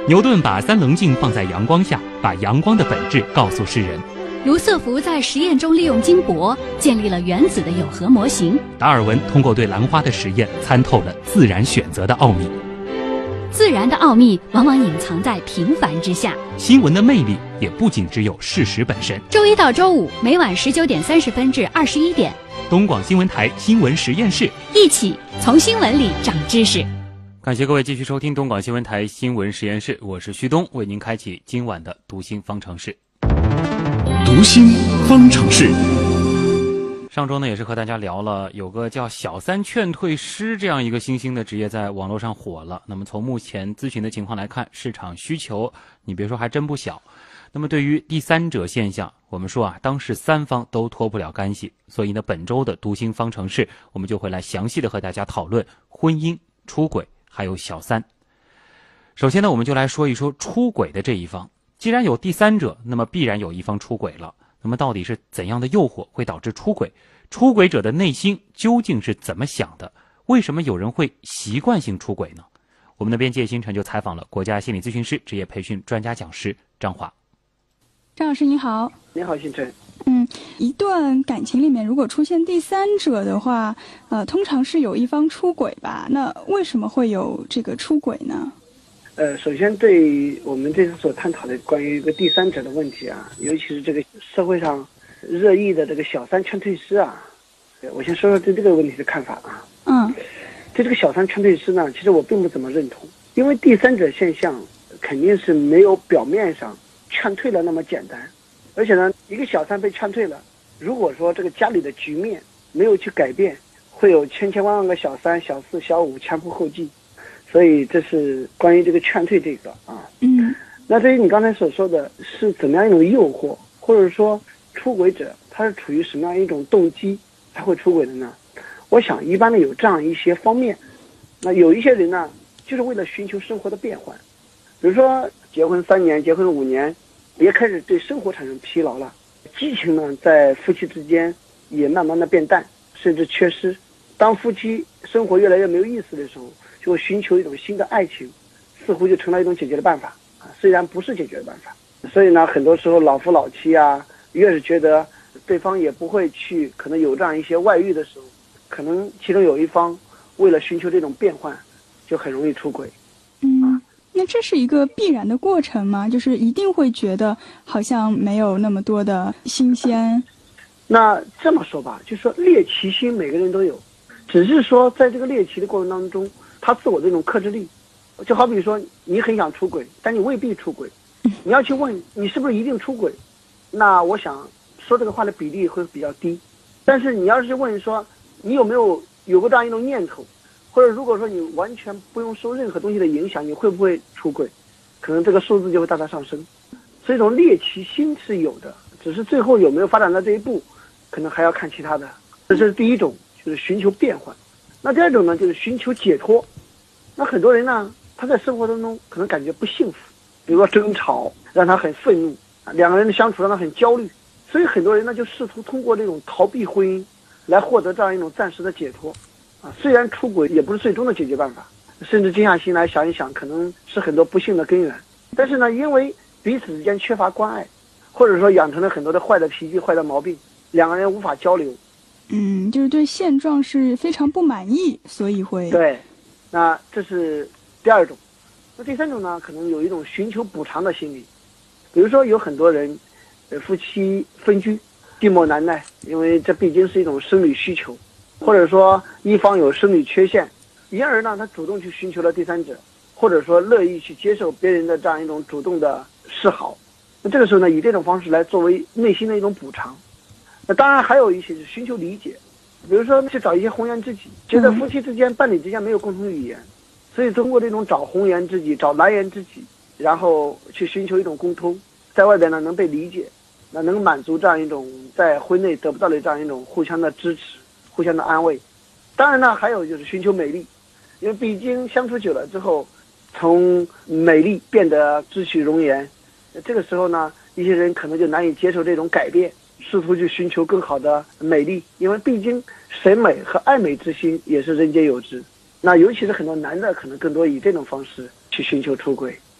牛顿把三棱镜放在阳光下，把阳光的本质告诉世人。 卢瑟福在实验中利用金箔建立了原子的有核模型。 达尔文通过对兰花的实验参透了自然选择的奥秘。 自然的奥秘往往隐藏在平凡之下。 新闻的魅力也不仅只有事实本身。 周一到周五每晚19:30至21点， 东广新闻台新闻实验室， 一起从新闻里长知识。 感谢各位继续收听东广新闻台新闻实验室，我是旭东，为您开启今晚的读心方程式。 读心方程式。 上周呢，也是和大家聊了有个叫小三劝退师这样一个新兴的职业在网络上火了。那么从目前咨询的情况来看，市场需求你别说还真不小。那么对于第三者现象，我们说啊，当事三方都脱不了干系。所以呢，本周的读心方程式，我们就会来详细的和大家讨论婚姻、出轨还有小三。首先呢，我们就来说一说出轨的这一方。既然有第三者，那么必然有一方出轨了。那么到底是怎样的诱惑会导致出轨？出轨者的内心究竟是怎么想的？为什么有人会习惯性出轨呢？我们的编辑星辰就采访了国家心理咨询师职业培训专家讲师张华。 张老师您好。 你好，星辰。 一段感情里面如果出现第三者的话，通常是有一方出轨吧？那为什么会有这个出轨呢？ 首先对我们这次所探讨的关于一个第三者的问题啊，尤其是这个社会上热议的这个小三劝退师啊，我先说说对这个问题的看法啊。对这个小三劝退师呢，其实我并不怎么认同，因为第三者现象肯定是没有表面上劝退了那么简单，而且呢，一个小三被劝退了，如果说这个家里的局面没有去改变，会有千千万万个小三、小四、小五前仆后继。所以这是关于这个劝退这个啊。那对于你刚才所说的是怎么样一种诱惑，或者说出轨者他是处于什么样一种动机才会出轨的呢？我想一般的有这样一些方面。那有一些人呢，就是为了寻求生活的变换，比如说结婚3年、结婚5年，也开始对生活产生疲劳了，激情呢在夫妻之间也慢慢的变淡，甚至缺失。当夫妻生活越来越没有意思的时候，就会寻求一种新的爱情，似乎就成了一种解决的办法啊，虽然不是解决的办法。所以呢，很多时候老夫老妻啊，越是觉得对方也不会去可能有这样一些外遇的时候，可能其中有一方为了寻求这种变换，就很容易出轨。 那这是一个必然的过程吗？就是一定会觉得好像没有那么多的新鲜？ 那这么说吧，就是说猎奇心每个人都有，只是说在这个猎奇的过程当中，他自我的一种克制力。就好比说你很想出轨，但你未必出轨，你要去问你是不是一定出轨，那我想说这个话的比例会比较低。但是你要是问说你有没有过这样一种念头，或者如果说你完全不用受任何东西的影响，你会不会出轨，可能这个数字就会大大上升。所以这种猎奇心是有的，只是最后有没有发展到这一步，可能还要看其他的。这是第一种，就是寻求变换。那第二种呢，就是寻求解脱。那很多人呢，他在生活当中可能感觉不幸福，比如说争吵让他很愤怒，两个人的相处让他很焦虑，所以很多人呢就试图通过这种逃避婚姻来获得这样一种暂时的解脱啊。虽然出轨也不是最终的解决办法，甚至静下心来想一想，可能是很多不幸的根源。但是呢，因为彼此之间缺乏关爱，或者说养成了很多的坏的脾气、坏的毛病，两个人无法交流。 就是对现状是非常不满意，所以会。 对，那这是第二种。那第三种呢，可能有一种寻求补偿的心理。比如说有很多人，夫妻分居，寂寞难耐，因为这毕竟是一种生理需求，或者说一方有生理缺陷，因而呢，他主动去寻求了第三者，或者说乐意去接受别人的这样一种主动的示好。那这个时候呢，以这种方式来作为内心的一种补偿。那当然还有一些是寻求理解，比如说去找一些红颜知己，觉得夫妻之间、伴侣之间没有共同语言，所以通过这种找红颜知己、找蓝颜知己，然后去寻求一种沟通，在外边呢能被理解，那能满足这样一种在婚内得不到的这样一种互相的支持、互相的安慰。当然呢，还有就是寻求美丽，因为毕竟相处久了之后，从美丽变得知趣容颜，这个时候呢，一些人可能就难以接受这种改变，试图去寻求更好的美丽，因为毕竟审美和爱美之心也是人皆有之。那尤其是很多男的可能更多以这种方式去寻求出轨。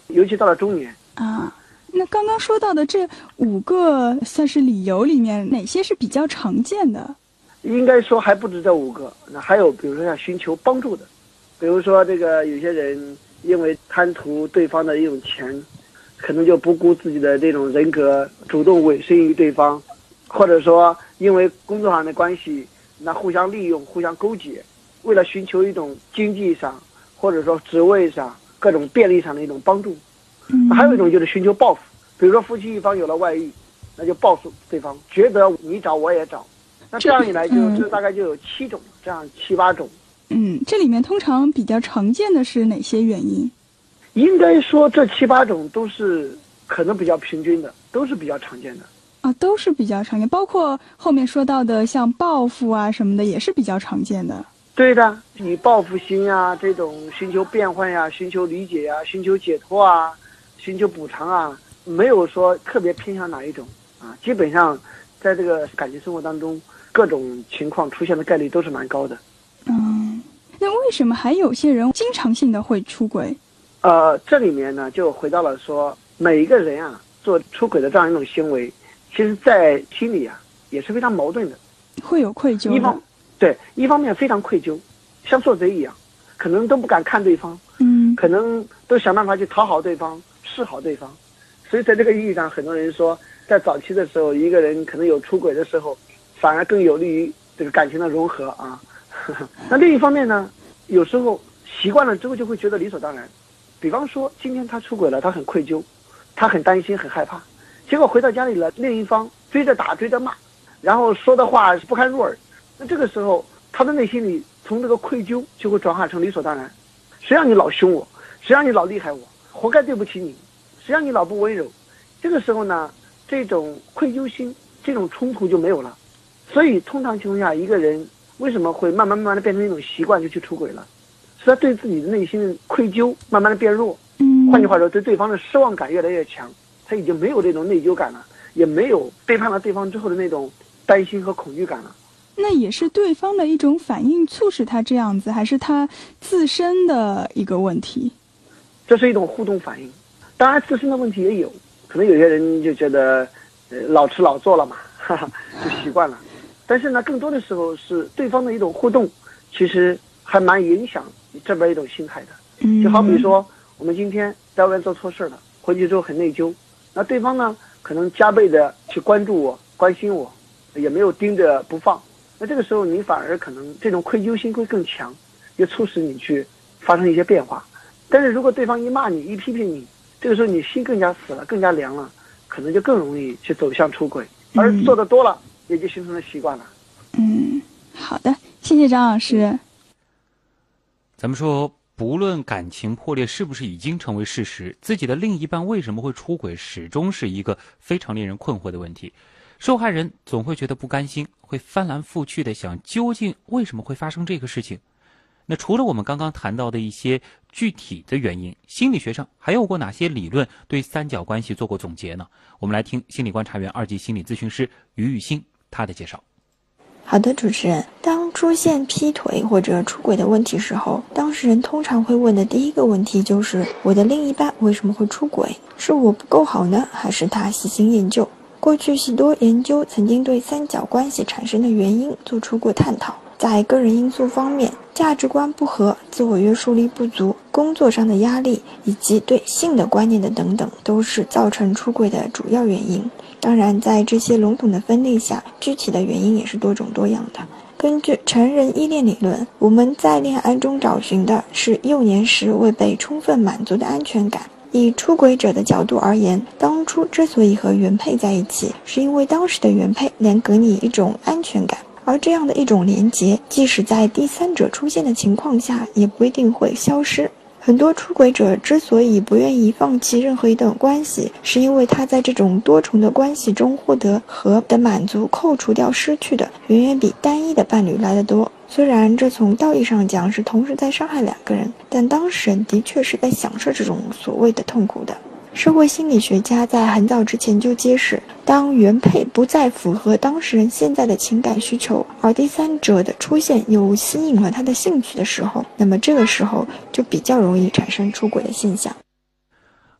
尤其到了中年啊。那刚刚说到的这5个算是理由里面，哪些是比较常见的？ 应该说还不止这5个，那还有比如说像寻求帮助的，比如说这个有些人因为贪图对方的一种钱，可能就不顾自己的这种人格，主动委身于对方，或者说因为工作上的关系，那互相利用、互相勾结，为了寻求一种经济上或者说职位上各种便利上的一种帮助。还有一种就是寻求报复，比如说夫妻一方有了外遇，那就报复对方，觉得你找我也找，那这样一来这大概就有7种，这样7、8种。 这里面通常比较常见的是哪些原因？ 应该说这7、8种都是可能比较平均的，都是比较常见的啊，都是比较常见，包括后面说到的像报复啊什么的，也是比较常见的。 对的，以报复心啊，这种寻求变换呀、寻求理解呀、寻求解脱啊、寻求补偿啊，没有说特别偏向哪一种啊，基本上在这个感情生活当中，各种情况出现的概率都是蛮高的。 那为什么还有些人经常性的会出轨？ 这里面呢就回到了说，每一个人啊做出轨的这样一种行为，其实在心里啊也是非常矛盾的， 会有愧疚的。 一方面非常愧疚，像做贼一样，可能都不敢看对方，可能都想办法去讨好对方、示好对方。所以在这个意义上，很多人说，在早期的时候，一个人可能有出轨的时候，反而更有利于这个感情的融合啊。那另一方面呢，有时候习惯了之后就会觉得理所当然。比方说，今天他出轨了，他很愧疚，他很担心、很害怕，结果回到家里了，另一方追着打、追着骂，然后说的话不堪入耳。那这个时候，他的内心里从这个愧疚就会转化成理所当然。谁让你老凶我？谁让你老厉害我？活该对不起你。谁让你老不温柔？这个时候呢，这种愧疚心、这种冲突就没有了。所以通常情况下，一个人为什么会慢慢的变成一种习惯，就去出轨了？是他对自己的内心的愧疚慢慢的变弱。换句话说，对对方的失望感越来越强，他已经没有这种内疚感了，也没有背叛了对方之后的那种担心和恐惧感了。 那也是对方的一种反应促使他这样子，还是他自身的一个问题？ 这是一种互动反应，当然自身的问题也有，可能有些人就觉得老吃老做了嘛，就习惯了。但是呢，更多的时候是对方的一种互动，其实还蛮影响这边一种心态的。就好比说，我们今天在外面做错事了，回去之后很内疚，那对方呢可能加倍的去关注我、关心我，也没有盯着不放。那这个时候你反而可能这种愧疚心会更强，也促使你去发生一些变化。但是如果对方一骂你、一批评你，这个时候你心更加死了、更加凉了，可能就更容易去走向出轨，而做得多了也就形成了习惯了。 好的，谢谢张老师。 咱们说，不论感情破裂是不是已经成为事实，自己的另一半为什么会出轨，始终是一个非常令人困惑的问题。受害人总会觉得不甘心，会翻来覆去的想，究竟为什么会发生这个事情？那除了我们刚刚谈到的一些具体的原因，心理学上还有过哪些理论对三角关系做过总结呢？我们来听心理观察员2级心理咨询师于雨欣他的介绍。 好的，主持人，当出现劈腿或者出轨的问题时候，当事人通常会问的第一个问题就是：我的另一半为什么会出轨？是我不够好呢，还是他喜新厌旧？过去许多研究曾经对三角关系产生的原因做出过探讨。在个人因素方面，价值观不合、自我约束力不足、工作上的压力以及对性的观念的等等，都是造成出轨的主要原因。当然，在这些笼统的分类下，具体的原因也是多种多样的。根据成人依恋理论，我们在恋爱中找寻的是幼年时未被充分满足的安全感。以出轨者的角度而言，当初之所以和原配在一起，是因为当时的原配能给你一种安全感，而这样的一种连结，即使在第三者出现的情况下，也不一定会消失。很多出轨者之所以不愿意放弃任何一段关系，是因为他在这种多重的关系中获得和的满足，扣除掉失去的，远远比单一的伴侣来得多。虽然这从道义上讲是同时在伤害两个人，但当事人的确是在享受这种所谓的痛苦的。社会心理学家在很早之前就揭示，当原配不再符合当事人现在的情感需求，而第三者的出现又吸引了他的兴趣的时候，那么这个时候就比较容易产生出轨的现象。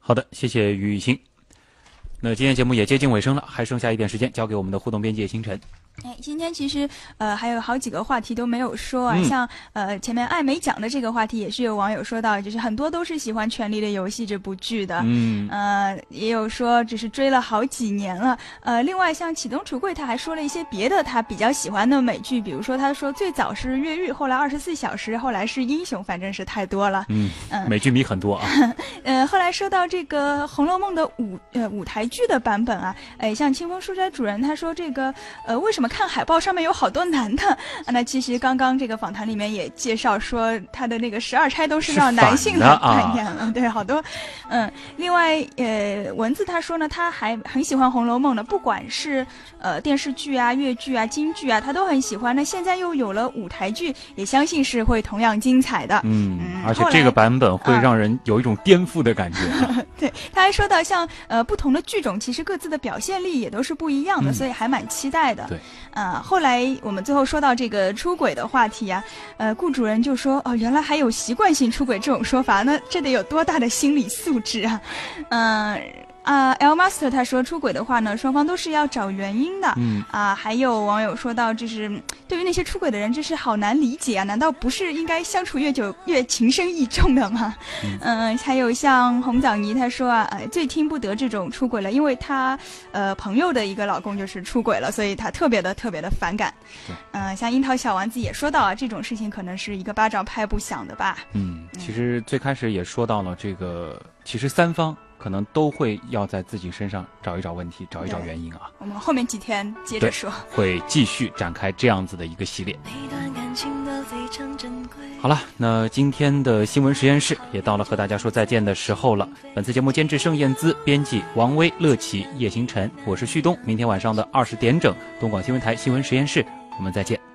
好的，谢谢于雨欣。那今天节目也接近尾声了，还剩下一点时间，交给我们的互动编辑星辰。 今天其实还有好几个话题都没有说啊，像前面艾美奖的这个话题也是有网友说到，就是很多都是喜欢《权力的游戏》这部剧的，也有说只是追了好几年了。另外像启东橱柜他还说了一些别的他比较喜欢的美剧，比如说他说最早是越狱，后来24小时，后来是英雄，反正是太多了。 美剧迷很多啊。 后来说到这个《红楼梦》的舞台剧的版本啊，像清风书斋主人他说这个为什么看海报上面有好多男的那其实刚刚这个访谈里面也介绍说他的那个12钗都是让男性来扮演了，对，好多。另外文字他说呢，他还很喜欢《红楼梦》的，不管是电视剧啊、粤剧啊、京剧啊，他都很喜欢。那现在又有了舞台剧，也相信是会同样精彩的。 而且这个版本会让人有一种颠覆的感觉。 对，他还说到像不同的剧种，其实各自的表现力也都是不一样的，所以还蛮期待的。 对。 后来我们最后说到这个出轨的话题啊，顾主任就说原来还有习惯性出轨这种说法，那这得有多大的心理素质啊！L Master 他说出轨的话呢，双方都是要找原因的。还有网友说到，就是对于那些出轨的人，这是好难理解啊！难道不是应该相处越久越情深意重的吗？还有像红枣泥他说最听不得这种出轨了，因为他朋友的一个老公就是出轨了，所以他特别的反感。像樱桃小丸子也说到这种事情可能是一个巴掌拍不响的吧。 其实最开始也说到了这个，其实三方可能都会要在自己身上找一找问题，找一找原因啊。 我们后面几天接着说， 会继续展开这样子的一个系列。好了，那今天的新闻实验室也到了和大家说再见的时候了。本次节目监制盛燕姿，编辑王威、乐琪、叶星辰，我是旭东。明天晚上的20点整，东广新闻台新闻实验室，我们再见。